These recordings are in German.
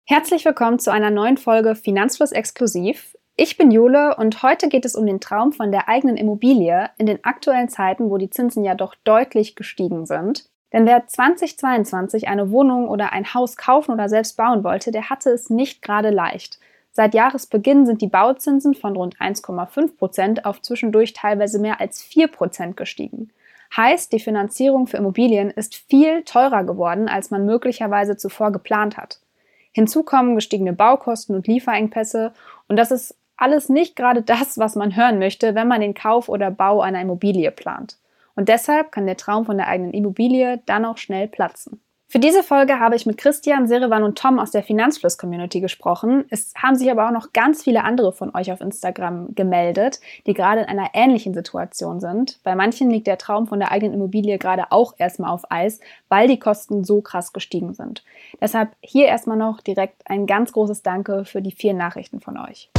Herzlich willkommen zu einer neuen Folge Finanzfluss exklusiv. Ich bin Jule und heute geht es um den Traum von der eigenen Immobilie in den aktuellen Zeiten, wo die Zinsen ja doch deutlich gestiegen sind. Denn wer 2022 eine Wohnung oder ein Haus kaufen oder selbst bauen wollte, der hatte es nicht gerade leicht. Seit Jahresbeginn sind die Bauzinsen von rund 1,5% auf zwischendurch teilweise mehr als 4% gestiegen. Heißt, die Finanzierung für Immobilien ist viel teurer geworden, als man möglicherweise zuvor geplant hat. Hinzu kommen gestiegene Baukosten und Lieferengpässe und das ist alles nicht gerade das, was man hören möchte, wenn man den Kauf oder Bau einer Immobilie plant. Und deshalb kann der Traum von der eigenen Immobilie dann auch schnell platzen. Für diese Folge habe ich mit Christian, Serevan und Tom aus der Finanzfluss-Community gesprochen. Es haben sich aber auch noch ganz viele andere von euch auf Instagram gemeldet, die gerade in einer ähnlichen Situation sind. Bei manchen liegt der Traum von der eigenen Immobilie gerade auch erstmal auf Eis, weil die Kosten so krass gestiegen sind. Deshalb hier erstmal noch direkt ein ganz großes Danke für die vielen Nachrichten von euch.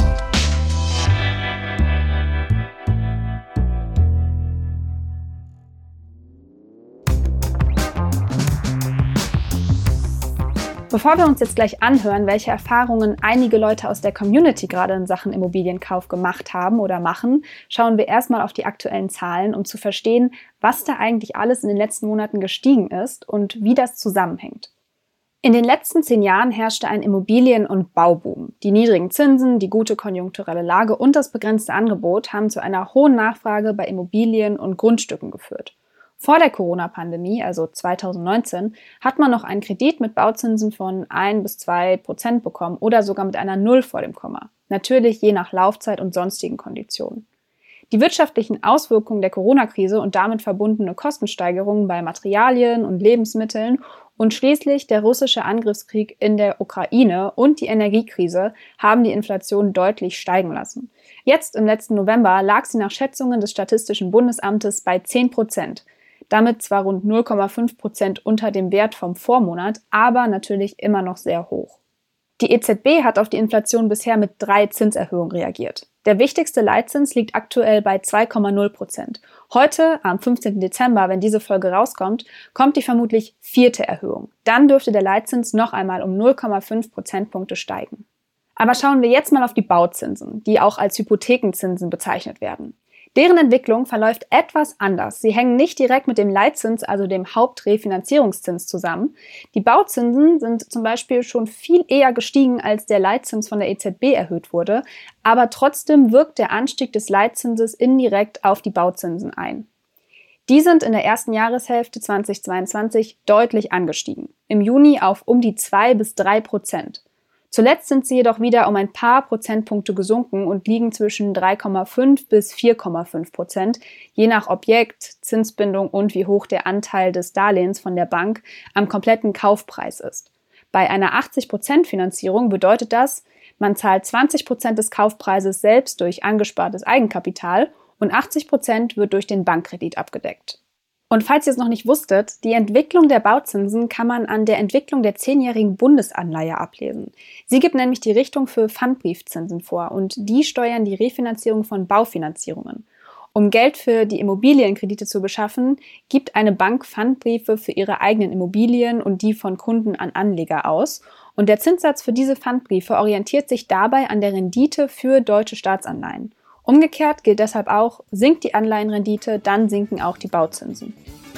Bevor wir uns jetzt gleich anhören, welche Erfahrungen einige Leute aus der Community gerade in Sachen Immobilienkauf gemacht haben oder machen, schauen wir erstmal auf die aktuellen Zahlen, um zu verstehen, was da eigentlich alles in den letzten Monaten gestiegen ist und wie das zusammenhängt. In den letzten 10 Jahren herrschte ein Immobilien- und Bauboom. Die niedrigen Zinsen, die gute konjunkturelle Lage und das begrenzte Angebot haben zu einer hohen Nachfrage bei Immobilien und Grundstücken geführt. Vor der Corona-Pandemie, also 2019, hat man noch einen Kredit mit Bauzinsen von 1-2% bekommen oder sogar mit einer Null vor dem Komma. Natürlich je nach Laufzeit und sonstigen Konditionen. Die wirtschaftlichen Auswirkungen der Corona-Krise und damit verbundene Kostensteigerungen bei Materialien und Lebensmitteln und schließlich der russische Angriffskrieg in der Ukraine und die Energiekrise haben die Inflation deutlich steigen lassen. Jetzt im letzten November lag sie nach Schätzungen des Statistischen Bundesamtes bei 10%. Damit zwar rund 0,5% unter dem Wert vom Vormonat, aber natürlich immer noch sehr hoch. Die EZB hat auf die Inflation bisher mit 3 Zinserhöhungen reagiert. Der wichtigste Leitzins liegt aktuell bei 2,0%. Heute, am 15. Dezember, wenn diese Folge rauskommt, kommt die vermutlich 4. Erhöhung. Dann dürfte der Leitzins noch einmal um 0,5 Prozentpunkte steigen. Aber schauen wir jetzt mal auf die Bauzinsen, die auch als Hypothekenzinsen bezeichnet werden. Deren Entwicklung verläuft etwas anders. Sie hängen nicht direkt mit dem Leitzins, also dem Hauptrefinanzierungszins, zusammen. Die Bauzinsen sind zum Beispiel schon viel eher gestiegen, als der Leitzins von der EZB erhöht wurde, aber trotzdem wirkt der Anstieg des Leitzinses indirekt auf die Bauzinsen ein. Die sind in der ersten Jahreshälfte 2022 deutlich angestiegen. Im Juni auf um die 2-3%. Zuletzt sind sie jedoch wieder um ein paar Prozentpunkte gesunken und liegen zwischen 3,5 bis 4,5%, je nach Objekt, Zinsbindung und wie hoch der Anteil des Darlehens von der Bank am kompletten Kaufpreis ist. Bei einer 80% Finanzierung bedeutet das, man zahlt 20% des Kaufpreises selbst durch angespartes Eigenkapital und 80% wird durch den Bankkredit abgedeckt. Und falls ihr es noch nicht wusstet, die Entwicklung der Bauzinsen kann man an der Entwicklung der 10-jährigen Bundesanleihe ablesen. Sie gibt nämlich die Richtung für Pfandbriefzinsen vor und die steuern die Refinanzierung von Baufinanzierungen. Um Geld für die Immobilienkredite zu beschaffen, gibt eine Bank Pfandbriefe für ihre eigenen Immobilien und die von Kunden an Anleger aus. Und der Zinssatz für diese Pfandbriefe orientiert sich dabei an der Rendite für deutsche Staatsanleihen. Umgekehrt gilt deshalb auch, sinkt die Anleihenrendite, dann sinken auch die Bauzinsen.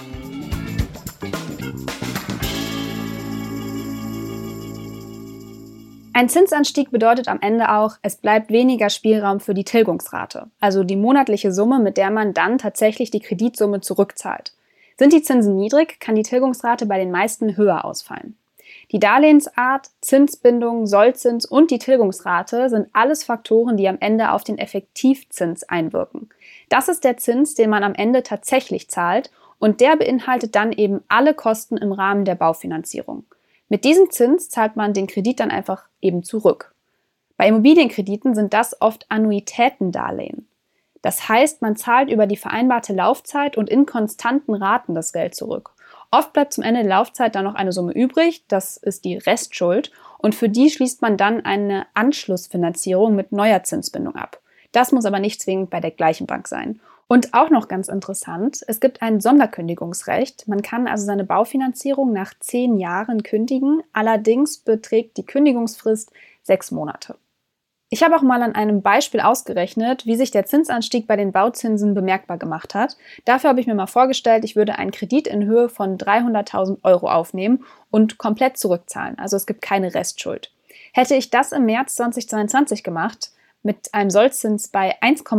Ein Zinsanstieg bedeutet am Ende auch, es bleibt weniger Spielraum für die Tilgungsrate, also die monatliche Summe, mit der man dann tatsächlich die Kreditsumme zurückzahlt. Sind die Zinsen niedrig, kann die Tilgungsrate bei den meisten höher ausfallen. Die Darlehensart, Zinsbindung, Sollzins und die Tilgungsrate sind alles Faktoren, die am Ende auf den Effektivzins einwirken. Das ist der Zins, den man am Ende tatsächlich zahlt und der beinhaltet dann eben alle Kosten im Rahmen der Baufinanzierung. Mit diesem Zins zahlt man den Kredit dann einfach eben zurück. Bei Immobilienkrediten sind das oft Annuitätendarlehen. Das heißt, man zahlt über die vereinbarte Laufzeit und in konstanten Raten das Geld zurück. Oft bleibt zum Ende der Laufzeit dann noch eine Summe übrig, das ist die Restschuld, und für die schließt man dann eine Anschlussfinanzierung mit neuer Zinsbindung ab. Das muss aber nicht zwingend bei der gleichen Bank sein. Und auch noch ganz interessant, es gibt ein Sonderkündigungsrecht. Man kann also seine Baufinanzierung nach 10 Jahren kündigen. Allerdings beträgt die Kündigungsfrist 6 Monate. Ich habe auch mal an einem Beispiel ausgerechnet, wie sich der Zinsanstieg bei den Bauzinsen bemerkbar gemacht hat. Dafür habe ich mir mal vorgestellt, ich würde einen Kredit in Höhe von 300.000 Euro aufnehmen und komplett zurückzahlen. Also es gibt keine Restschuld. Hätte ich das im März 2022 gemacht, mit einem Sollzins bei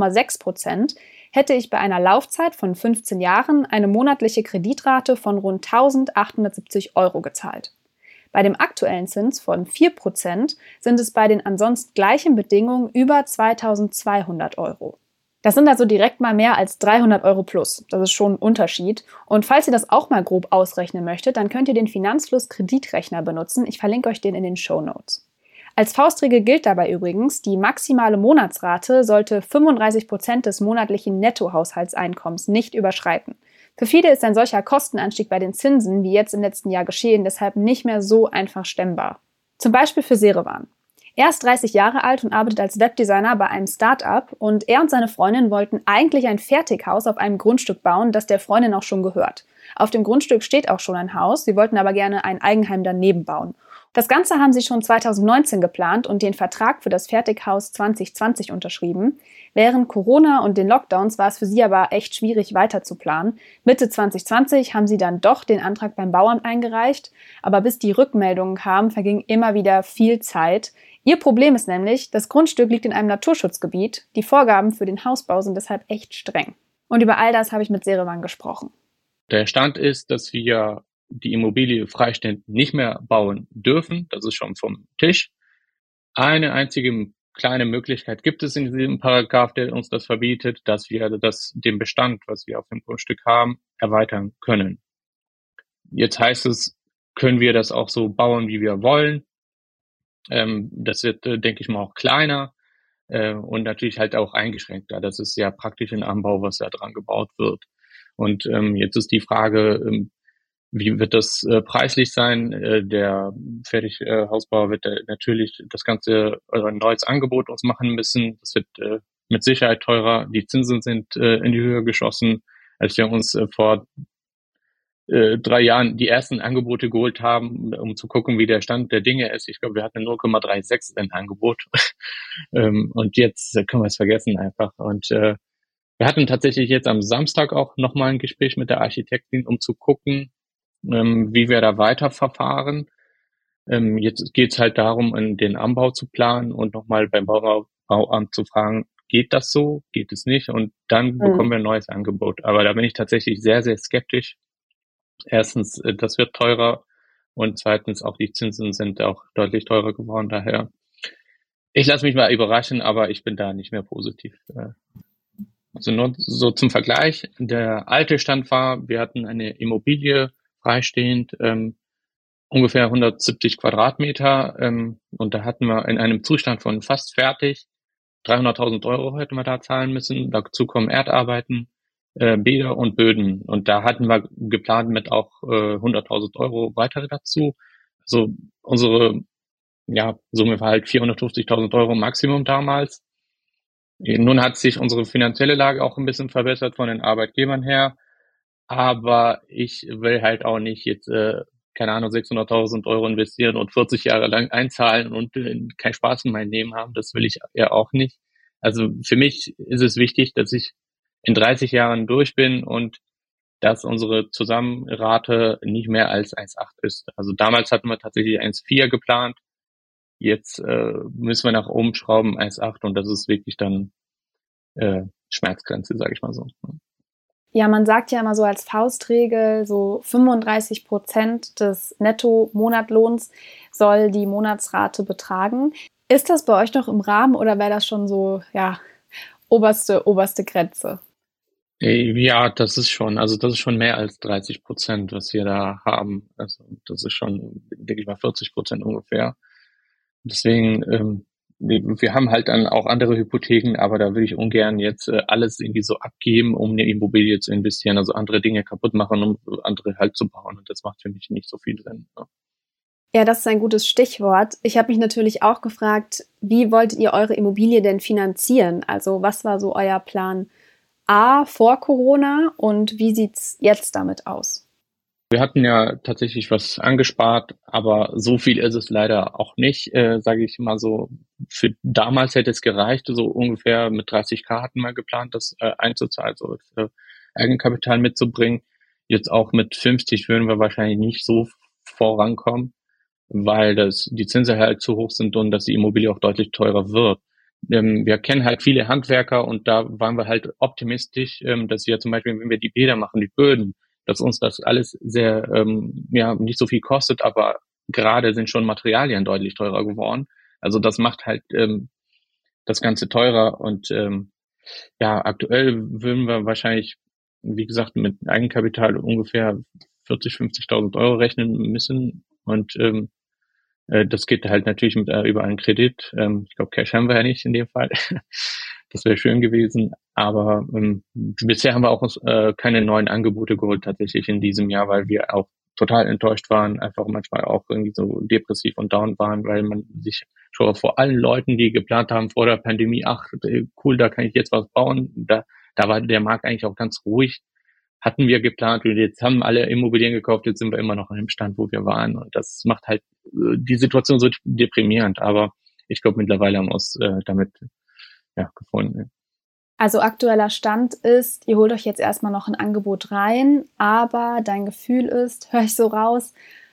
1,6%, hätte ich bei einer Laufzeit von 15 Jahren eine monatliche Kreditrate von rund 1.870 Euro gezahlt. Bei dem aktuellen Zins von 4% sind es bei den ansonsten gleichen Bedingungen über 2.200 Euro. Das sind also direkt mal mehr als 300 Euro plus. Das ist schon ein Unterschied. Und falls ihr das auch mal grob ausrechnen möchtet, dann könnt ihr den Finanzfluss Kreditrechner benutzen. Ich verlinke euch den in den Shownotes. Als Faustregel gilt dabei übrigens, die maximale Monatsrate sollte 35% des monatlichen Nettohaushaltseinkommens nicht überschreiten. Für viele ist ein solcher Kostenanstieg bei den Zinsen, wie jetzt im letzten Jahr geschehen, deshalb nicht mehr so einfach stemmbar. Zum Beispiel für Serevan. Er ist 30 Jahre alt und arbeitet als Webdesigner bei einem Start-up und er und seine Freundin wollten eigentlich ein Fertighaus auf einem Grundstück bauen, das der Freundin auch schon gehört. Auf dem Grundstück steht auch schon ein Haus, sie wollten aber gerne ein Eigenheim daneben bauen. Das Ganze haben sie schon 2019 geplant und den Vertrag für das Fertighaus 2020 unterschrieben. Während Corona und den Lockdowns war es für sie aber echt schwierig weiter zu planen. Mitte 2020 haben sie dann doch den Antrag beim Bauamt eingereicht, aber bis die Rückmeldungen kamen, verging immer wieder viel Zeit. Ihr Problem ist nämlich, das Grundstück liegt in einem Naturschutzgebiet. Die Vorgaben für den Hausbau sind deshalb echt streng. Und über all das habe ich mit Serevan gesprochen. Der Stand ist, dass wir die Immobilie freistehend nicht mehr bauen dürfen. Das ist schon vom Tisch. Eine einzige kleine Möglichkeit gibt es in diesem Paragraph, der uns das verbietet, dass wir den Bestand, was wir auf dem Grundstück haben, erweitern können. Jetzt heißt es, können wir das auch so bauen, wie wir wollen. Das wird, denke ich mal, auch kleiner und natürlich halt auch eingeschränkter. Das ist ja praktisch ein Anbau, was da dran gebaut wird. Und jetzt ist die Frage, wie wird das preislich sein? Der Fertighausbauer wird natürlich das ganze ein neues Angebot uns machen müssen. Das wird mit Sicherheit teurer. Die Zinsen sind in die Höhe geschossen. Als wir uns vor 3 Jahren die ersten Angebote geholt haben, um zu gucken, wie der Stand der Dinge ist. Ich glaube, wir hatten 0,36 ein Angebot. Und jetzt können wir es vergessen einfach. Und wir hatten tatsächlich jetzt am Samstag auch nochmal ein Gespräch mit der Architektin, um zu gucken, wie wir da weiterverfahren. Jetzt geht es halt darum, den Anbau zu planen und nochmal beim Bauamt zu fragen, geht das so, geht es nicht? Und dann bekommen wir ein neues Angebot. Aber da bin ich tatsächlich sehr, sehr skeptisch. Erstens, das wird teurer und zweitens auch die Zinsen sind auch deutlich teurer geworden. Daher, ich lasse mich mal überraschen, aber ich bin da nicht mehr positiv. Also nur so zum Vergleich. Der alte Stand war, wir hatten eine Immobilie freistehend, ungefähr 170 Quadratmeter und da hatten wir in einem Zustand von fast fertig 300.000 Euro hätten wir da zahlen müssen. Dazu kommen Erdarbeiten, Bäder und Böden. Und da hatten wir geplant mit auch 100.000 Euro weitere dazu. Also unsere Summe war halt 450.000 Euro Maximum damals. Nun hat sich unsere finanzielle Lage auch ein bisschen verbessert von den Arbeitgebern her. Aber ich will halt auch nicht jetzt, keine Ahnung, 600.000 Euro investieren und 40 Jahre lang einzahlen und keinen Spaß in meinem Leben haben. Das will ich ja auch nicht. Also für mich ist es wichtig, dass ich in 30 Jahren durch bin und dass unsere Zusammenrate nicht mehr als 1,8 ist. Also damals hatten wir tatsächlich 1,4 geplant. Jetzt müssen wir nach oben schrauben, 1,8 und das ist wirklich dann Schmerzgrenze, sage ich mal so. Ja, man sagt ja immer so als Faustregel, so 35% des Netto-Monatlohns soll die Monatsrate betragen. Ist das bei euch noch im Rahmen oder wäre das schon so, ja, oberste Grenze? Ja, das ist schon mehr als 30%, was wir da haben. Also das ist schon, denke ich mal, 40% ungefähr. Deswegen, wir haben halt dann auch andere Hypotheken, aber da will ich ungern jetzt alles irgendwie so abgeben, um eine Immobilie zu investieren, also andere Dinge kaputt machen, um andere halt zu bauen. Und das macht für mich nicht so viel Sinn. Ne? Ja, das ist ein gutes Stichwort. Ich habe mich natürlich auch gefragt, wie wolltet ihr eure Immobilie denn finanzieren? Also was war so euer Plan vor Corona und wie sieht's jetzt damit aus? Wir hatten ja tatsächlich was angespart, aber so viel ist es leider auch nicht, sage ich mal so. Für damals hätte es gereicht, so ungefähr mit 30.000 hatten wir geplant, das einzuzahlen, so Eigenkapital mitzubringen. Jetzt auch mit 50 würden wir wahrscheinlich nicht so vorankommen, weil die Zinsen halt zu hoch sind und dass die Immobilie auch deutlich teurer wird. Wir kennen halt viele Handwerker und da waren wir halt optimistisch, dass wir zum Beispiel, wenn wir die Bäder machen, die Böden, dass uns das alles sehr, nicht so viel kostet, aber gerade sind schon Materialien deutlich teurer geworden. Also das macht halt das Ganze teurer und aktuell würden wir wahrscheinlich, wie gesagt, mit Eigenkapital ungefähr 40.000, 50.000 Euro rechnen müssen und das geht halt natürlich über einen Kredit. Ich glaube, Cash haben wir ja nicht in dem Fall. Das wäre schön gewesen. Aber bisher haben wir auch uns keine neuen Angebote geholt tatsächlich in diesem Jahr, weil wir auch total enttäuscht waren, einfach manchmal auch irgendwie so depressiv und down waren, weil man sich schon vor allen Leuten, die geplant haben vor der Pandemie, ach cool, da kann ich jetzt was bauen, da war der Markt eigentlich auch ganz ruhig, hatten wir geplant und jetzt haben alle Immobilien gekauft, jetzt sind wir immer noch an dem Stand, wo wir waren und das macht halt die Situation so deprimierend, aber ich glaube, mittlerweile haben wir uns damit gefunden. Also aktueller Stand ist, ihr holt euch jetzt erstmal noch ein Angebot rein, aber dein Gefühl ist, höre ich so raus,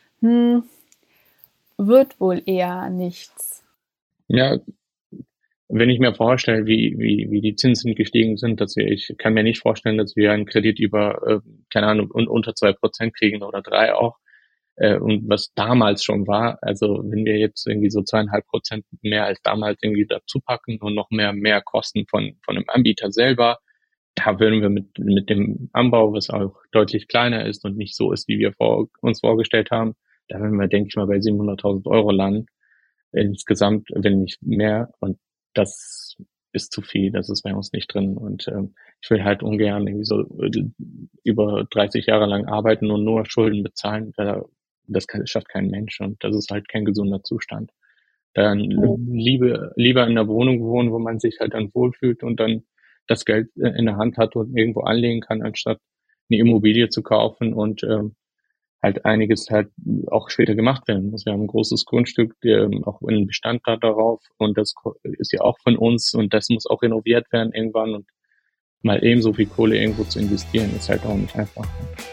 wird wohl eher nichts. Ja, wenn ich mir vorstelle, wie die Zinsen gestiegen sind, ich kann mir nicht vorstellen, dass wir einen Kredit über, keine Ahnung, unter 2% kriegen oder 3 auch. Und was damals schon war, also wenn wir jetzt irgendwie so 2,5% mehr als damals irgendwie dazu packen und noch mehr Kosten von dem Anbieter selber, da würden wir mit dem Anbau, was auch deutlich kleiner ist und nicht so ist, wie wir uns vorgestellt haben, da würden wir, denke ich mal, bei 700.000 Euro landen insgesamt, wenn nicht mehr. Und das ist zu viel, das ist bei uns nicht drin. Und ich will halt ungern irgendwie so über 30 Jahre lang arbeiten und nur Schulden bezahlen. Das schafft kein Mensch und das ist halt kein gesunder Zustand. Dann lieber in einer Wohnung wohnen, wo man sich halt dann wohlfühlt und dann das Geld in der Hand hat und irgendwo anlegen kann, anstatt eine Immobilie zu kaufen und halt einiges halt auch später gemacht werden muss. Wir haben ein großes Grundstück, auch einen Bestand da darauf und das ist ja auch von uns und das muss auch renoviert werden irgendwann und mal eben so viel Kohle irgendwo zu investieren, ist halt auch nicht einfach.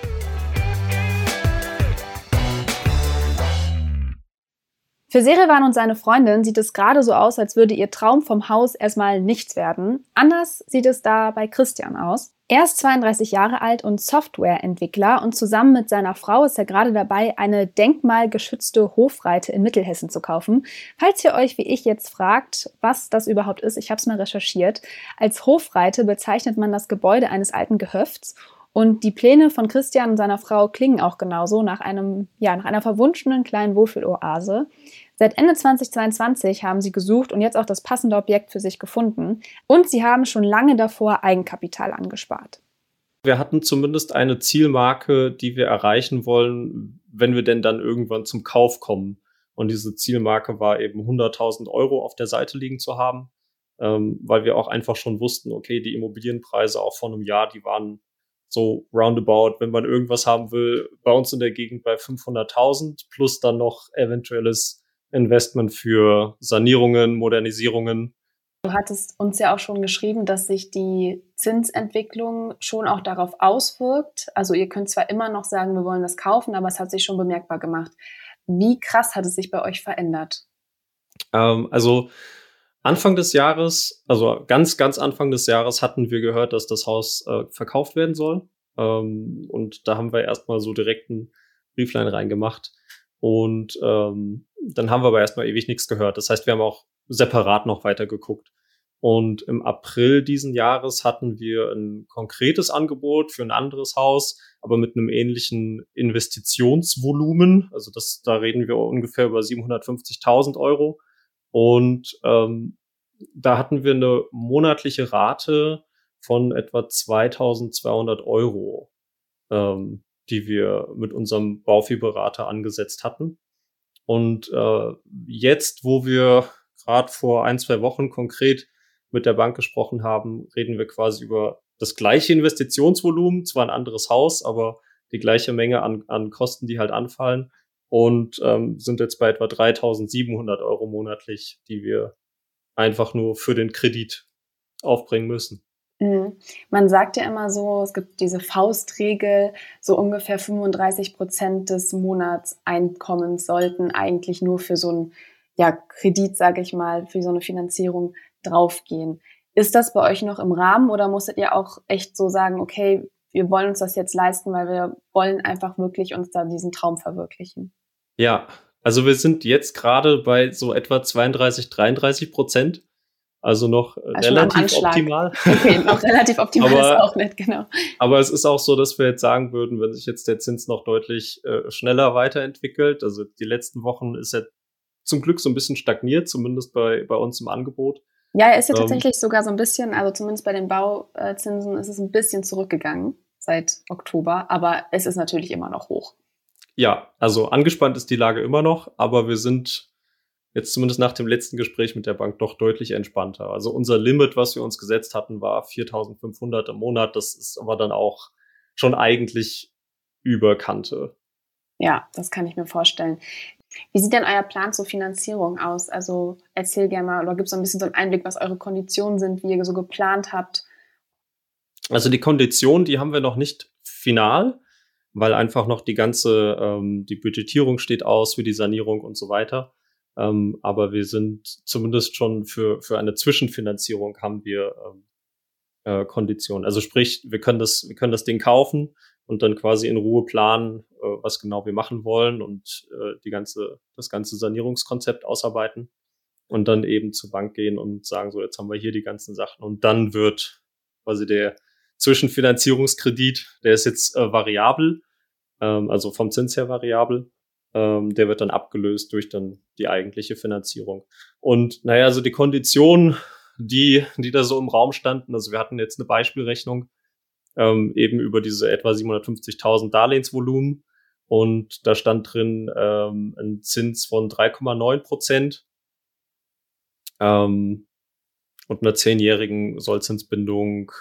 Für Serivan und seine Freundin sieht es gerade so aus, als würde ihr Traum vom Haus erstmal nichts werden. Anders sieht es da bei Christian aus. Er ist 32 Jahre alt und Softwareentwickler und zusammen mit seiner Frau ist er gerade dabei, eine denkmalgeschützte Hofreite in Mittelhessen zu kaufen. Falls ihr euch wie ich jetzt fragt, was das überhaupt ist, ich habe es mal recherchiert. Als Hofreite bezeichnet man das Gebäude eines alten Gehöfts. Und die Pläne von Christian und seiner Frau klingen auch genauso nach einer verwunschenen kleinen Wohlfühloase. Seit Ende 2022 haben sie gesucht und jetzt auch das passende Objekt für sich gefunden. Und sie haben schon lange davor Eigenkapital angespart. Wir hatten zumindest eine Zielmarke, die wir erreichen wollen, wenn wir denn dann irgendwann zum Kauf kommen. Und diese Zielmarke war eben 100.000 Euro auf der Seite liegen zu haben, weil wir auch einfach schon wussten, okay, die Immobilienpreise auch vor einem Jahr, die waren so roundabout, wenn man irgendwas haben will, bei uns in der Gegend bei 500.000 plus dann noch eventuelles Investment für Sanierungen, Modernisierungen. Du hattest uns ja auch schon geschrieben, dass sich die Zinsentwicklung schon auch darauf auswirkt. Also ihr könnt zwar immer noch sagen, wir wollen das kaufen, aber es hat sich schon bemerkbar gemacht. Wie krass hat es sich bei euch verändert? Also Anfang des Jahres, also ganz, ganz Anfang des Jahres hatten wir gehört, dass das Haus verkauft werden soll. Und da haben wir erstmal so direkt ein Brieflein reingemacht. Und dann haben wir aber erstmal ewig nichts gehört. Das heißt, wir haben auch separat noch weiter geguckt. Und im April diesen Jahres hatten wir ein konkretes Angebot für ein anderes Haus, aber mit einem ähnlichen Investitionsvolumen. Also da reden wir ungefähr über 750.000 Euro. Und da hatten wir eine monatliche Rate von etwa 2.200 Euro, die wir mit unserem Baufi-Berater angesetzt hatten. Und jetzt, wo wir gerade vor 1-2 Wochen konkret mit der Bank gesprochen haben, reden wir quasi über das gleiche Investitionsvolumen, zwar ein anderes Haus, aber die gleiche Menge an Kosten, die halt anfallen und sind jetzt bei etwa 3.700 Euro monatlich, die wir einfach nur für den Kredit aufbringen müssen. Man sagt ja immer so, es gibt diese Faustregel, so ungefähr 35% des Monatseinkommens sollten eigentlich nur für so einen Kredit, sage ich mal, für so eine Finanzierung draufgehen. Ist das bei euch noch im Rahmen oder musstet ihr auch echt so sagen, okay, wir wollen uns das jetzt leisten, weil wir wollen einfach wirklich uns da diesen Traum verwirklichen? Ja, also wir sind jetzt gerade bei so etwa 32-33%. Also noch relativ optimal. Okay, noch relativ optimal ist auch nicht, genau. Aber es ist auch so, dass wir jetzt sagen würden, wenn sich jetzt der Zins noch deutlich schneller weiterentwickelt, also die letzten Wochen ist er zum Glück so ein bisschen stagniert, zumindest bei uns im Angebot. Ja, er ist ja tatsächlich sogar so ein bisschen, also zumindest bei den Bauzinsen ist es ein bisschen zurückgegangen seit Oktober, aber es ist natürlich immer noch hoch. Ja, also angespannt ist die Lage immer noch, aber wir sind jetzt zumindest nach dem letzten Gespräch mit der Bank doch deutlich entspannter. Also unser Limit, was wir uns gesetzt hatten, war 4.500 im Monat. Das ist aber dann auch schon eigentlich über Kante. Ja, das kann ich mir vorstellen. Wie sieht denn euer Plan zur Finanzierung aus? Also erzähl gerne mal, oder gib so ein bisschen so einen Einblick, was eure Konditionen sind, wie ihr so geplant habt. Also die Konditionen, die haben wir noch nicht final, weil einfach noch die Budgetierung steht aus für die Sanierung und so weiter. Aber wir sind zumindest schon für eine Zwischenfinanzierung haben wir Konditionen. Also sprich, wir können das Ding kaufen und dann quasi in Ruhe planen, was genau wir machen wollen und das ganze Sanierungskonzept ausarbeiten und dann eben zur Bank gehen und sagen, so, jetzt haben wir hier die ganzen Sachen. Und dann wird quasi der Zwischenfinanzierungskredit, der ist jetzt variabel, also vom Zins her variabel. Der wird dann abgelöst durch dann die eigentliche Finanzierung. Und so die Konditionen, die da so im Raum standen, also wir hatten jetzt eine Beispielrechnung eben über diese etwa 750.000 Darlehensvolumen und da stand drin ein Zins von 3,9% und einer 10-jährigen Sollzinsbindung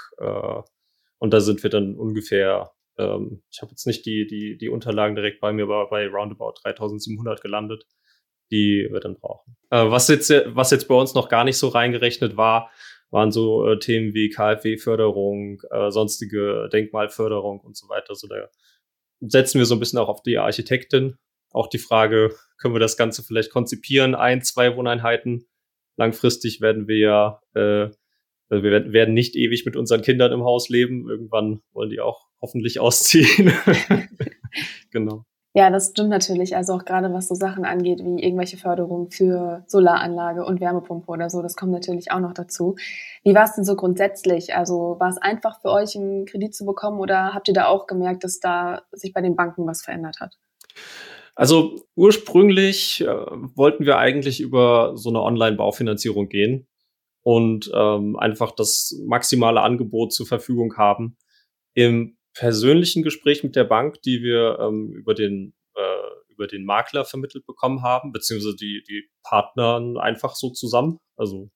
und da sind wir dann ungefähr ich habe jetzt nicht die Unterlagen direkt bei mir, aber bei roundabout 3.700 gelandet, die wir dann brauchen. Was jetzt bei uns noch gar nicht so reingerechnet war, waren so Themen wie KfW-Förderung, sonstige Denkmalförderung und so weiter. Also da setzen wir so ein bisschen auch auf die Architektin. Auch die Frage, können wir das Ganze vielleicht konzipieren, 1-2 Wohneinheiten. Langfristig werden wir wir werden nicht ewig mit unseren Kindern im Haus leben. Irgendwann wollen die auch hoffentlich ausziehen. Genau. Ja, das stimmt natürlich. Also auch gerade was so Sachen angeht, wie irgendwelche Förderungen für Solaranlage und Wärmepumpe oder so, das kommt natürlich auch noch dazu. Wie war es denn so grundsätzlich? Also war es einfach für euch, einen Kredit zu bekommen oder habt ihr da auch gemerkt, dass da sich bei den Banken was verändert hat? Also ursprünglich wollten wir eigentlich über so eine Online-Baufinanzierung gehen und einfach das maximale Angebot zur Verfügung haben. Im persönlichen Gespräch mit der Bank, die wir über den Makler vermittelt bekommen haben, beziehungsweise die partnern einfach so zusammen. Also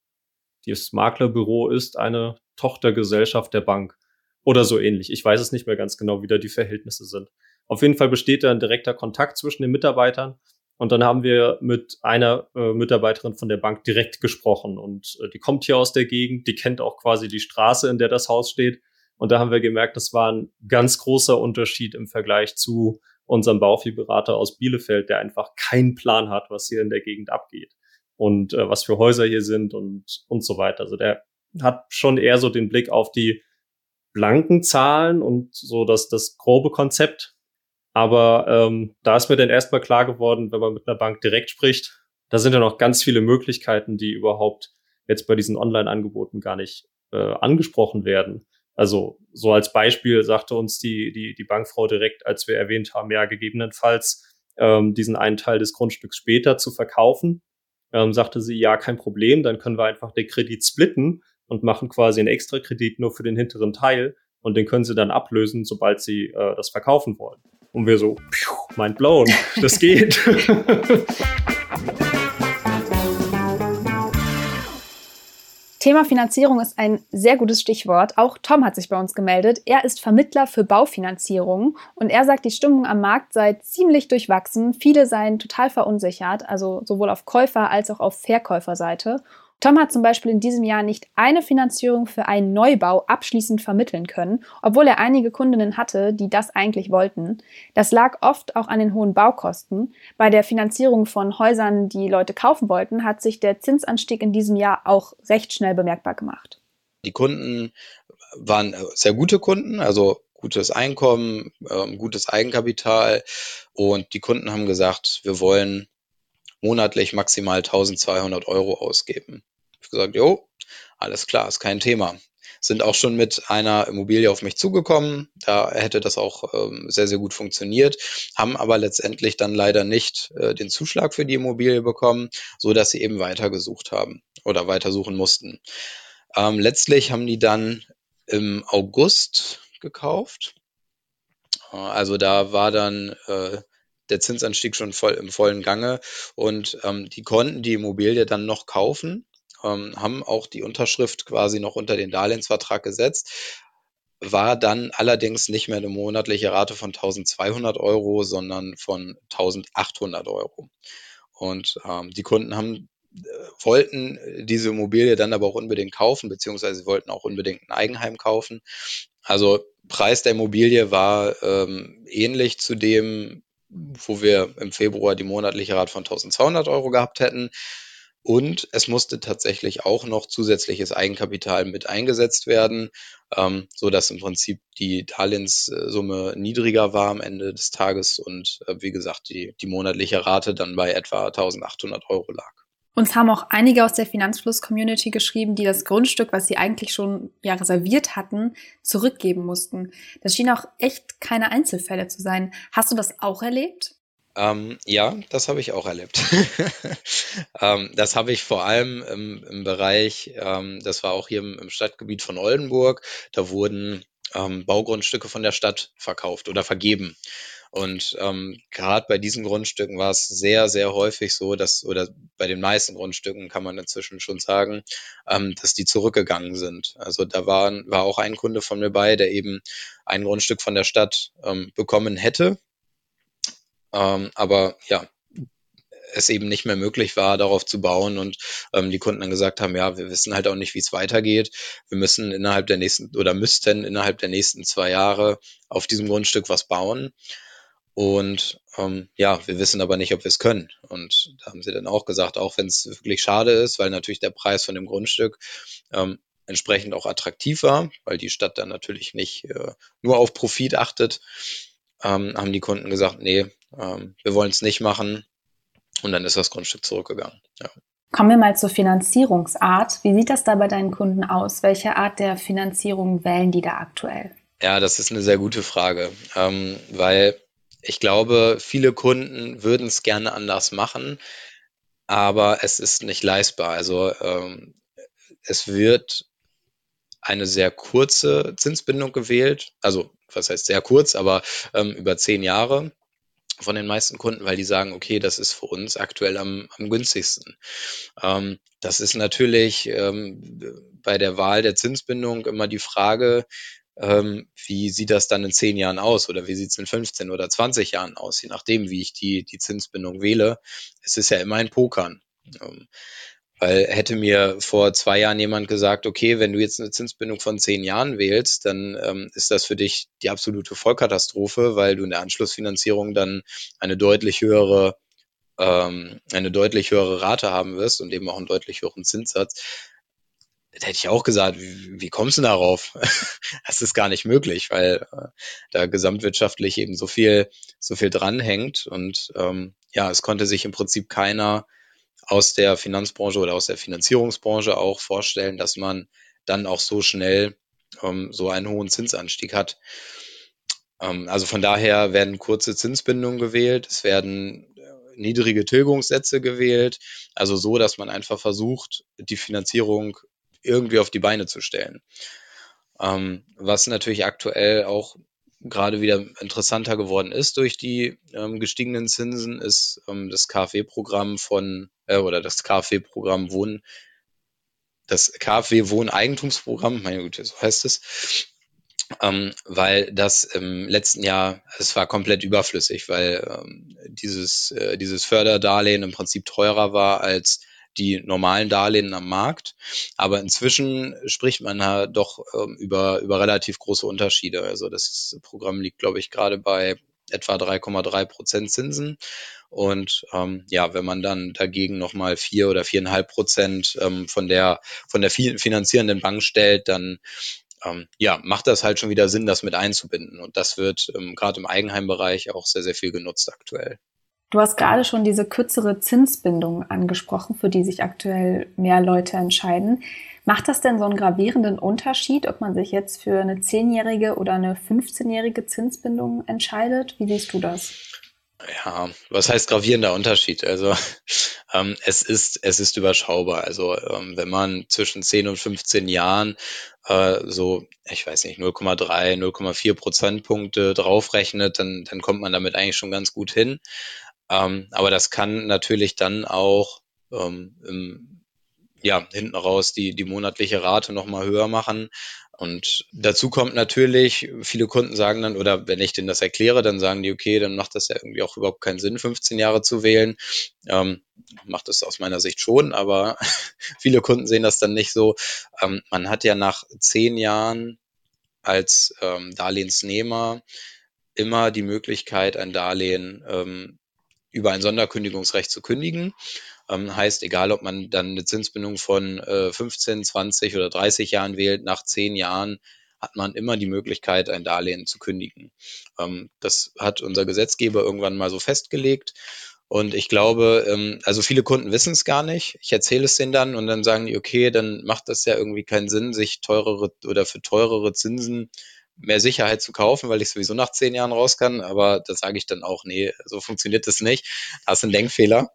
das Maklerbüro ist eine Tochtergesellschaft der Bank oder so ähnlich. Ich weiß es nicht mehr ganz genau, wie da die Verhältnisse sind. Auf jeden Fall besteht da ein direkter Kontakt zwischen den Mitarbeitern. Und dann haben wir mit einer Mitarbeiterin von der Bank direkt gesprochen. Und die kommt hier aus der Gegend, die kennt auch quasi die Straße, in der das Haus steht. Und da haben wir gemerkt, das war ein ganz großer Unterschied im Vergleich zu unserem Bauviehberater aus Bielefeld, der einfach keinen Plan hat, was hier in der Gegend abgeht und was für Häuser hier sind und so weiter. Also der hat schon eher so den Blick auf die blanken Zahlen und so das grobe Konzept. Aber da ist mir dann erstmal klar geworden, wenn man mit einer Bank direkt spricht, da sind ja noch ganz viele Möglichkeiten, die überhaupt jetzt bei diesen Online-Angeboten gar nicht angesprochen werden. Also so als Beispiel sagte uns die Bankfrau direkt, als wir erwähnt haben, ja gegebenenfalls diesen einen Teil des Grundstücks später zu verkaufen, sagte sie, ja, kein Problem, dann können wir einfach den Kredit splitten und machen quasi einen Extrakredit nur für den hinteren Teil und den können sie dann ablösen, sobald sie das verkaufen wollen. Und wir so, mind blown, das geht. Thema Finanzierung ist ein sehr gutes Stichwort. Auch Tom hat sich bei uns gemeldet. Er ist Vermittler für Baufinanzierung und er sagt, die Stimmung am Markt sei ziemlich durchwachsen. Viele seien total verunsichert, also sowohl auf Käufer- als auch auf Verkäuferseite. Tom hat zum Beispiel in diesem Jahr nicht eine Finanzierung für einen Neubau abschließend vermitteln können, obwohl er einige Kundinnen hatte, die das eigentlich wollten. Das lag oft auch an den hohen Baukosten. Bei der Finanzierung von Häusern, die Leute kaufen wollten, hat sich der Zinsanstieg in diesem Jahr auch recht schnell bemerkbar gemacht. Die Kunden waren sehr gute Kunden, also gutes Einkommen, gutes Eigenkapital, und die Kunden haben gesagt, wir wollen monatlich maximal 1.200 € ausgeben. Ich habe gesagt, jo, alles klar, ist kein Thema. Sind auch schon mit einer Immobilie auf mich zugekommen, da hätte das auch sehr, sehr gut funktioniert, haben aber letztendlich dann leider nicht den Zuschlag für die Immobilie bekommen, so dass sie eben weitergesucht haben oder weitersuchen mussten. Letztlich haben die dann im August gekauft. Also da war dann der Zinsanstieg schon voll im vollen Gange, und die konnten die Immobilie dann noch kaufen, haben auch die Unterschrift quasi noch unter den Darlehensvertrag gesetzt, war dann allerdings nicht mehr eine monatliche Rate von 1.200 €, sondern von 1.800 €. Und die Kunden wollten diese Immobilie dann aber auch unbedingt kaufen, beziehungsweise sie wollten auch unbedingt ein Eigenheim kaufen. Also Preis der Immobilie war ähnlich zu dem, wo wir im Februar die monatliche Rate von 1.200 € gehabt hätten. Und es musste tatsächlich auch noch zusätzliches Eigenkapital mit eingesetzt werden, so dass im Prinzip die Darlehenssumme niedriger war am Ende des Tages und wie gesagt, die monatliche Rate dann bei etwa 1.800 € lag. Uns haben auch einige aus der Finanzfluss-Community geschrieben, die das Grundstück, was sie eigentlich schon reserviert hatten, zurückgeben mussten. Das schien auch echt keine Einzelfälle zu sein. Hast du das auch erlebt? Ja, das habe ich auch erlebt. Das habe ich vor allem im Bereich, das war auch hier im Stadtgebiet von Oldenburg, da wurden Baugrundstücke von der Stadt verkauft oder vergeben. Und gerade bei diesen Grundstücken war es sehr, sehr häufig so, oder bei den meisten Grundstücken kann man inzwischen schon sagen, dass die zurückgegangen sind. Also da war auch ein Kunde von mir bei, der eben ein Grundstück von der Stadt bekommen hätte, aber ja, es eben nicht mehr möglich war, darauf zu bauen, und die Kunden dann gesagt haben, ja, wir wissen halt auch nicht, wie es weitergeht. Wir müssen müssten innerhalb der nächsten 2 Jahre auf diesem Grundstück was bauen. Und ja, wir wissen aber nicht, ob wir es können. Und da haben sie dann auch gesagt, auch wenn es wirklich schade ist, weil natürlich der Preis von dem Grundstück entsprechend auch attraktiv war, weil die Stadt dann natürlich nicht nur auf Profit achtet, haben die Kunden gesagt, nee, wir wollen es nicht machen. Und dann ist das Grundstück zurückgegangen. Ja. Kommen wir mal zur Finanzierungsart. Wie sieht das da bei deinen Kunden aus? Welche Art der Finanzierung wählen die da aktuell? Ja, das ist eine sehr gute Frage, weil ich glaube, viele Kunden würden es gerne anders machen, aber es ist nicht leistbar. Also es wird eine sehr kurze Zinsbindung gewählt, also was heißt sehr kurz, aber über 10 Jahre von den meisten Kunden, weil die sagen, okay, das ist für uns aktuell am günstigsten. Das ist natürlich bei der Wahl der Zinsbindung immer die Frage, wie sieht das dann in 10 Jahren aus oder wie sieht es in 15 oder 20 Jahren aus, je nachdem, wie ich die Zinsbindung wähle. Es ist ja immer ein Pokern. Weil hätte mir vor 2 Jahren jemand gesagt, okay, wenn du jetzt eine Zinsbindung von 10 Jahren wählst, dann ist das für dich die absolute Vollkatastrophe, weil du in der Anschlussfinanzierung dann eine deutlich höhere Rate haben wirst und eben auch einen deutlich höheren Zinssatz. Da hätte ich auch gesagt, wie kommst du darauf? Das ist gar nicht möglich, weil da gesamtwirtschaftlich eben so viel dranhängt, und ja, es konnte sich im Prinzip keiner aus der Finanzbranche oder aus der Finanzierungsbranche auch vorstellen, dass man dann auch so schnell so einen hohen Zinsanstieg hat. Also von daher werden kurze Zinsbindungen gewählt, es werden niedrige Tilgungssätze gewählt, also so, dass man einfach versucht, die Finanzierung irgendwie auf die Beine zu stellen. Was natürlich aktuell auch gerade wieder interessanter geworden ist durch die gestiegenen Zinsen, ist das KfW-Programm das KfW-Programm das KfW Wohneigentumsprogramm, meine Güte, so heißt es, weil das im letzten Jahr, es war komplett überflüssig, weil dieses Förderdarlehen im Prinzip teurer war als die normalen Darlehen am Markt. Aber inzwischen spricht man da doch über relativ große Unterschiede. Also das Programm liegt, glaube ich, gerade bei etwa 3,3% Zinsen. Und wenn man dann dagegen nochmal 4 oder 4,5% von der finanzierenden Bank stellt, dann macht das halt schon wieder Sinn, das mit einzubinden. Und das wird gerade im Eigenheimbereich auch sehr, sehr viel genutzt aktuell. Du hast gerade schon diese kürzere Zinsbindung angesprochen, für die sich aktuell mehr Leute entscheiden. Macht das denn so einen gravierenden Unterschied, ob man sich jetzt für eine 10-jährige oder eine 15-jährige Zinsbindung entscheidet? Wie siehst du das? Ja, was heißt gravierender Unterschied? Also es ist überschaubar. Also wenn man zwischen 10 und 15 Jahren ich weiß nicht, 0,3, 0,4 Prozentpunkte draufrechnet, dann kommt man damit eigentlich schon ganz gut hin. Aber das kann natürlich dann auch hinten raus die monatliche Rate nochmal höher machen. Und dazu kommt natürlich, viele Kunden sagen dann, oder wenn ich denen das erkläre, dann sagen die, okay, dann macht das ja irgendwie auch überhaupt keinen Sinn, 15 Jahre zu wählen. Macht das aus meiner Sicht schon, aber viele Kunden sehen das dann nicht so. Man hat ja nach 10 Jahren als Darlehensnehmer immer die Möglichkeit, ein Darlehen über ein Sonderkündigungsrecht zu kündigen. Heißt, egal ob man dann eine Zinsbindung von 15, 20 oder 30 Jahren wählt, nach 10 Jahren hat man immer die Möglichkeit, ein Darlehen zu kündigen. Das hat unser Gesetzgeber irgendwann mal so festgelegt. Und ich glaube, also viele Kunden wissen es gar nicht. Ich erzähle es denen dann und dann sagen die, okay, dann macht das ja irgendwie keinen Sinn, sich für teurere Zinsen mehr Sicherheit zu kaufen, weil ich sowieso nach 10 Jahren raus kann. Aber da sage ich dann auch, nee, so funktioniert das nicht. Das ist ein Denkfehler.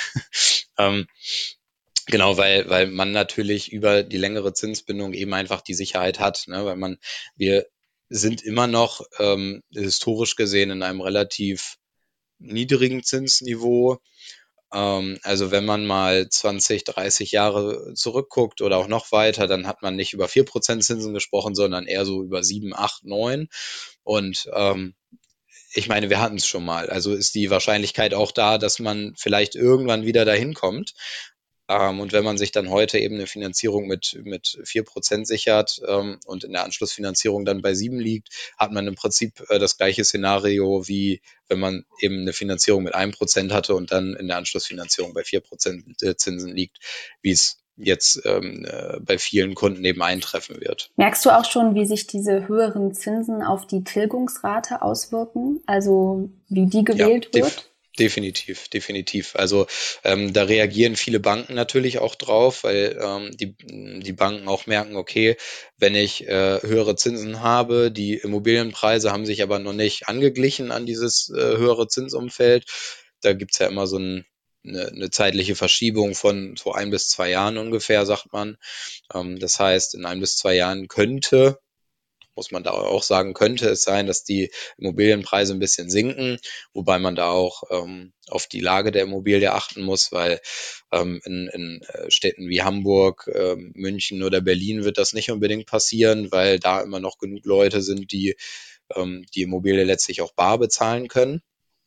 Genau, weil man natürlich über die längere Zinsbindung eben einfach die Sicherheit hat, ne? Weil wir sind immer noch historisch gesehen in einem relativ niedrigen Zinsniveau. Also wenn man mal 20, 30 Jahre zurückguckt oder auch noch weiter, dann hat man nicht über 4% Zinsen gesprochen, sondern eher so über 7, 8, 9. Und ich meine, wir hatten es schon mal. Also ist die Wahrscheinlichkeit auch da, dass man vielleicht irgendwann wieder dahin kommt. Und wenn man sich dann heute eben eine Finanzierung mit 4% sichert und in der Anschlussfinanzierung dann bei 7 liegt, hat man im Prinzip das gleiche Szenario, wie wenn man eben eine Finanzierung mit 1% hatte und dann in der Anschlussfinanzierung bei 4% Zinsen liegt, wie es jetzt bei vielen Kunden eben eintreffen wird. Merkst du auch schon, wie sich diese höheren Zinsen auf die Tilgungsrate auswirken? Also wie die gewählt wird? Definitiv. Also da reagieren viele Banken natürlich auch drauf, weil die Banken auch merken, okay, wenn ich höhere Zinsen habe, die Immobilienpreise haben sich aber noch nicht angeglichen an dieses höhere Zinsumfeld. Da gibt's ja immer so eine zeitliche Verschiebung von so 1 bis 2 Jahren ungefähr, sagt man. Das heißt, in 1 bis 2 Jahren muss man da auch sagen, könnte es sein, dass die Immobilienpreise ein bisschen sinken, wobei man da auch auf die Lage der Immobilie achten muss, weil in Städten wie Hamburg, München oder Berlin wird das nicht unbedingt passieren, weil da immer noch genug Leute sind, die die Immobilie letztlich auch bar bezahlen können.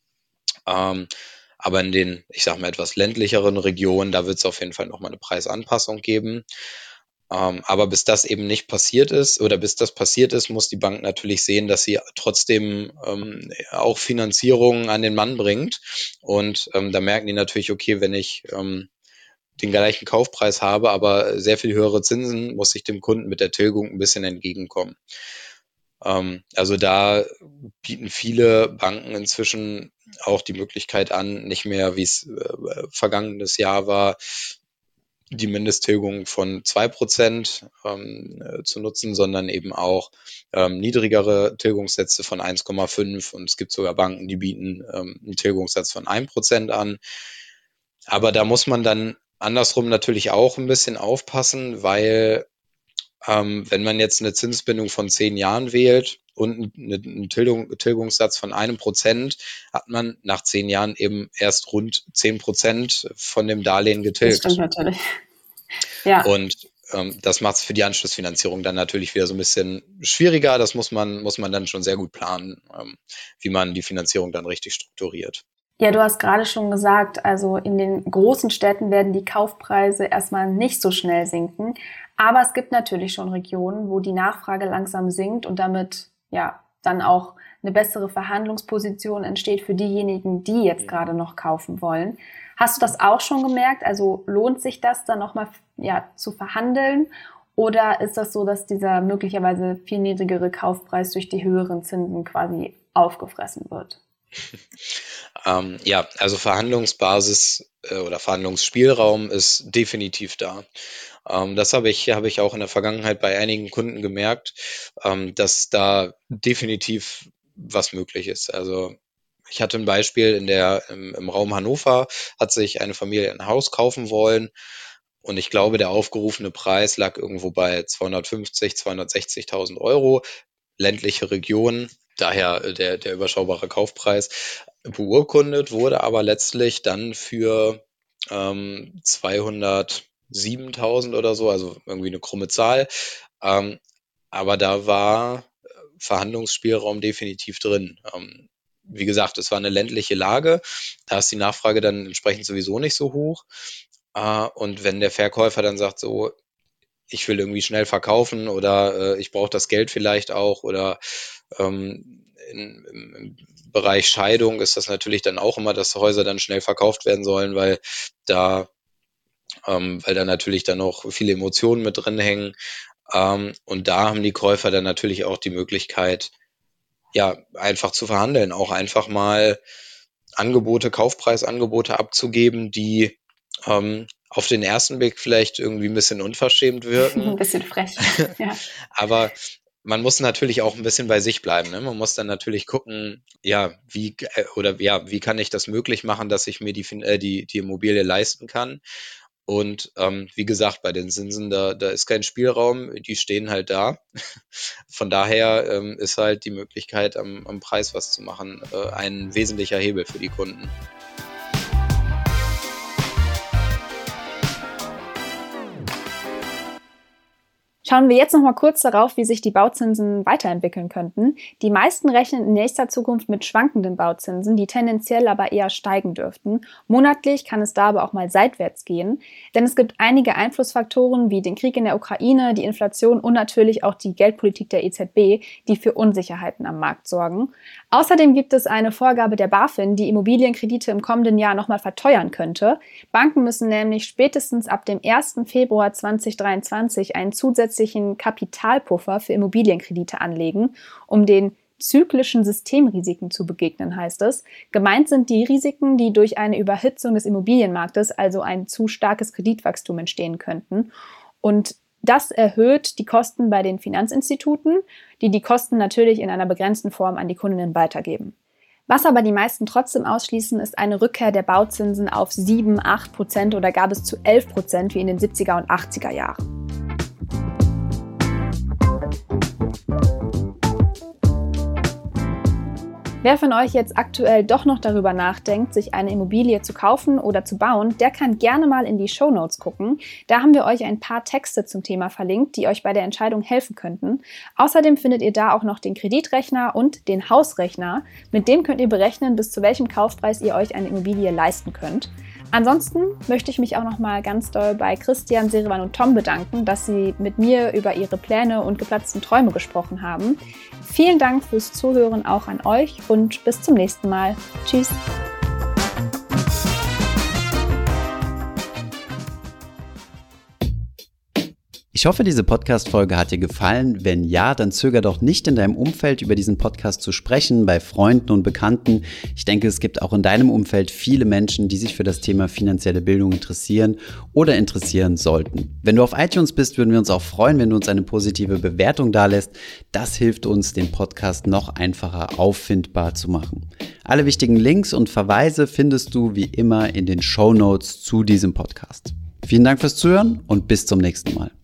Aber in den, ich sag mal, etwas ländlicheren Regionen, da wird es auf jeden Fall nochmal eine Preisanpassung geben. Aber bis das eben nicht passiert ist oder bis das passiert ist, muss die Bank natürlich sehen, dass sie trotzdem auch Finanzierungen an den Mann bringt. Und da merken die natürlich, okay, wenn ich den gleichen Kaufpreis habe, aber sehr viel höhere Zinsen, muss ich dem Kunden mit der Tilgung ein bisschen entgegenkommen. Also da bieten viele Banken inzwischen auch die Möglichkeit an, nicht mehr, wie es vergangenes Jahr war, die Mindesttilgung von 2% zu nutzen, sondern eben auch niedrigere Tilgungssätze von 1,5 und es gibt sogar Banken, die bieten einen Tilgungssatz von 1% an. Aber da muss man dann andersrum natürlich auch ein bisschen aufpassen, weil wenn man jetzt eine Zinsbindung von 10 Jahren wählt und einen Tilgungssatz von 1%, hat man nach 10 Jahren eben erst rund 10% von dem Darlehen getilgt. Das stimmt natürlich. Ja. Und das macht es für die Anschlussfinanzierung dann natürlich wieder so ein bisschen schwieriger. Das muss man dann schon sehr gut planen, wie man die Finanzierung dann richtig strukturiert. Ja, du hast gerade schon gesagt, also in den großen Städten werden die Kaufpreise erstmal nicht so schnell sinken. Aber es gibt natürlich schon Regionen, wo die Nachfrage langsam sinkt und damit ja dann auch eine bessere Verhandlungsposition entsteht für diejenigen, die jetzt gerade noch kaufen wollen. Hast du das auch schon gemerkt? Also lohnt sich das dann nochmal zu verhandeln? Oder ist das so, dass dieser möglicherweise viel niedrigere Kaufpreis durch die höheren Zinsen quasi aufgefressen wird? Also Verhandlungsbasis oder Verhandlungsspielraum ist definitiv da. Das habe ich auch in der Vergangenheit bei einigen Kunden gemerkt, dass da definitiv was möglich ist. Also ich hatte ein Beispiel im Raum Hannover, hat sich eine Familie ein Haus kaufen wollen und ich glaube, der aufgerufene Preis lag irgendwo bei 250.000, 260.000 Euro, ländliche Region. Daher der überschaubare Kaufpreis. Beurkundet wurde aber letztlich dann für 207.000 oder so, also irgendwie eine krumme Zahl. Aber da war Verhandlungsspielraum definitiv drin. Wie gesagt, es war eine ländliche Lage. Da ist die Nachfrage dann entsprechend sowieso nicht so hoch. Und wenn der Verkäufer dann sagt, so, ich will irgendwie schnell verkaufen oder ich brauche das Geld vielleicht auch oder im Bereich Scheidung ist das natürlich dann auch immer, dass Häuser dann schnell verkauft werden sollen, weil da natürlich dann auch viele Emotionen mit drin hängen. Und da haben die Käufer dann natürlich auch die Möglichkeit, einfach zu verhandeln, auch einfach mal Kaufpreisangebote abzugeben, die auf den ersten Blick vielleicht irgendwie ein bisschen unverschämt wirken. Ein bisschen frech, ja. Aber man muss natürlich auch ein bisschen bei sich bleiben. Ne? Man muss dann natürlich gucken, wie kann ich das möglich machen, dass ich mir die Immobilie leisten kann. Und wie gesagt, bei den Zinsen, da ist kein Spielraum, die stehen halt da. Von daher ist halt die Möglichkeit, am Preis was zu machen, ein wesentlicher Hebel für die Kunden. Schauen wir jetzt noch mal kurz darauf, wie sich die Bauzinsen weiterentwickeln könnten. Die meisten rechnen in nächster Zukunft mit schwankenden Bauzinsen, die tendenziell aber eher steigen dürften. Monatlich kann es da aber auch mal seitwärts gehen, denn es gibt einige Einflussfaktoren wie den Krieg in der Ukraine, die Inflation und natürlich auch die Geldpolitik der EZB, die für Unsicherheiten am Markt sorgen. Außerdem gibt es eine Vorgabe der BaFin, die Immobilienkredite im kommenden Jahr nochmal verteuern könnte. Banken müssen nämlich spätestens ab dem 1. Februar 2023 einen zusätzlichen Kapitalpuffer für Immobilienkredite anlegen, um den zyklischen Systemrisiken zu begegnen, heißt es. Gemeint sind die Risiken, die durch eine Überhitzung des Immobilienmarktes, also ein zu starkes Kreditwachstum, entstehen könnten. Und das erhöht die Kosten bei den Finanzinstituten, die Kosten natürlich in einer begrenzten Form an die Kundinnen weitergeben. Was aber die meisten trotzdem ausschließen, ist eine Rückkehr der Bauzinsen auf 7-8% oder gar bis zu 11% wie in den 70er und 80er Jahren. Wer von euch jetzt aktuell doch noch darüber nachdenkt, sich eine Immobilie zu kaufen oder zu bauen, der kann gerne mal in die Shownotes gucken. Da haben wir euch ein paar Texte zum Thema verlinkt, die euch bei der Entscheidung helfen könnten. Außerdem findet ihr da auch noch den Kreditrechner und den Hausrechner. Mit dem könnt ihr berechnen, bis zu welchem Kaufpreis ihr euch eine Immobilie leisten könnt. Ansonsten möchte ich mich auch noch mal ganz doll bei Christian, Serivan und Tom bedanken, dass sie mit mir über ihre Pläne und geplatzten Träume gesprochen haben. Vielen Dank fürs Zuhören auch an euch und bis zum nächsten Mal. Tschüss! Ich hoffe, diese Podcast-Folge hat dir gefallen. Wenn ja, dann zöger doch nicht in deinem Umfeld über diesen Podcast zu sprechen, bei Freunden und Bekannten. Ich denke, es gibt auch in deinem Umfeld viele Menschen, die sich für das Thema finanzielle Bildung interessieren oder interessieren sollten. Wenn du auf iTunes bist, würden wir uns auch freuen, wenn du uns eine positive Bewertung dalässt. Das hilft uns, den Podcast noch einfacher auffindbar zu machen. Alle wichtigen Links und Verweise findest du wie immer in den Shownotes zu diesem Podcast. Vielen Dank fürs Zuhören und bis zum nächsten Mal.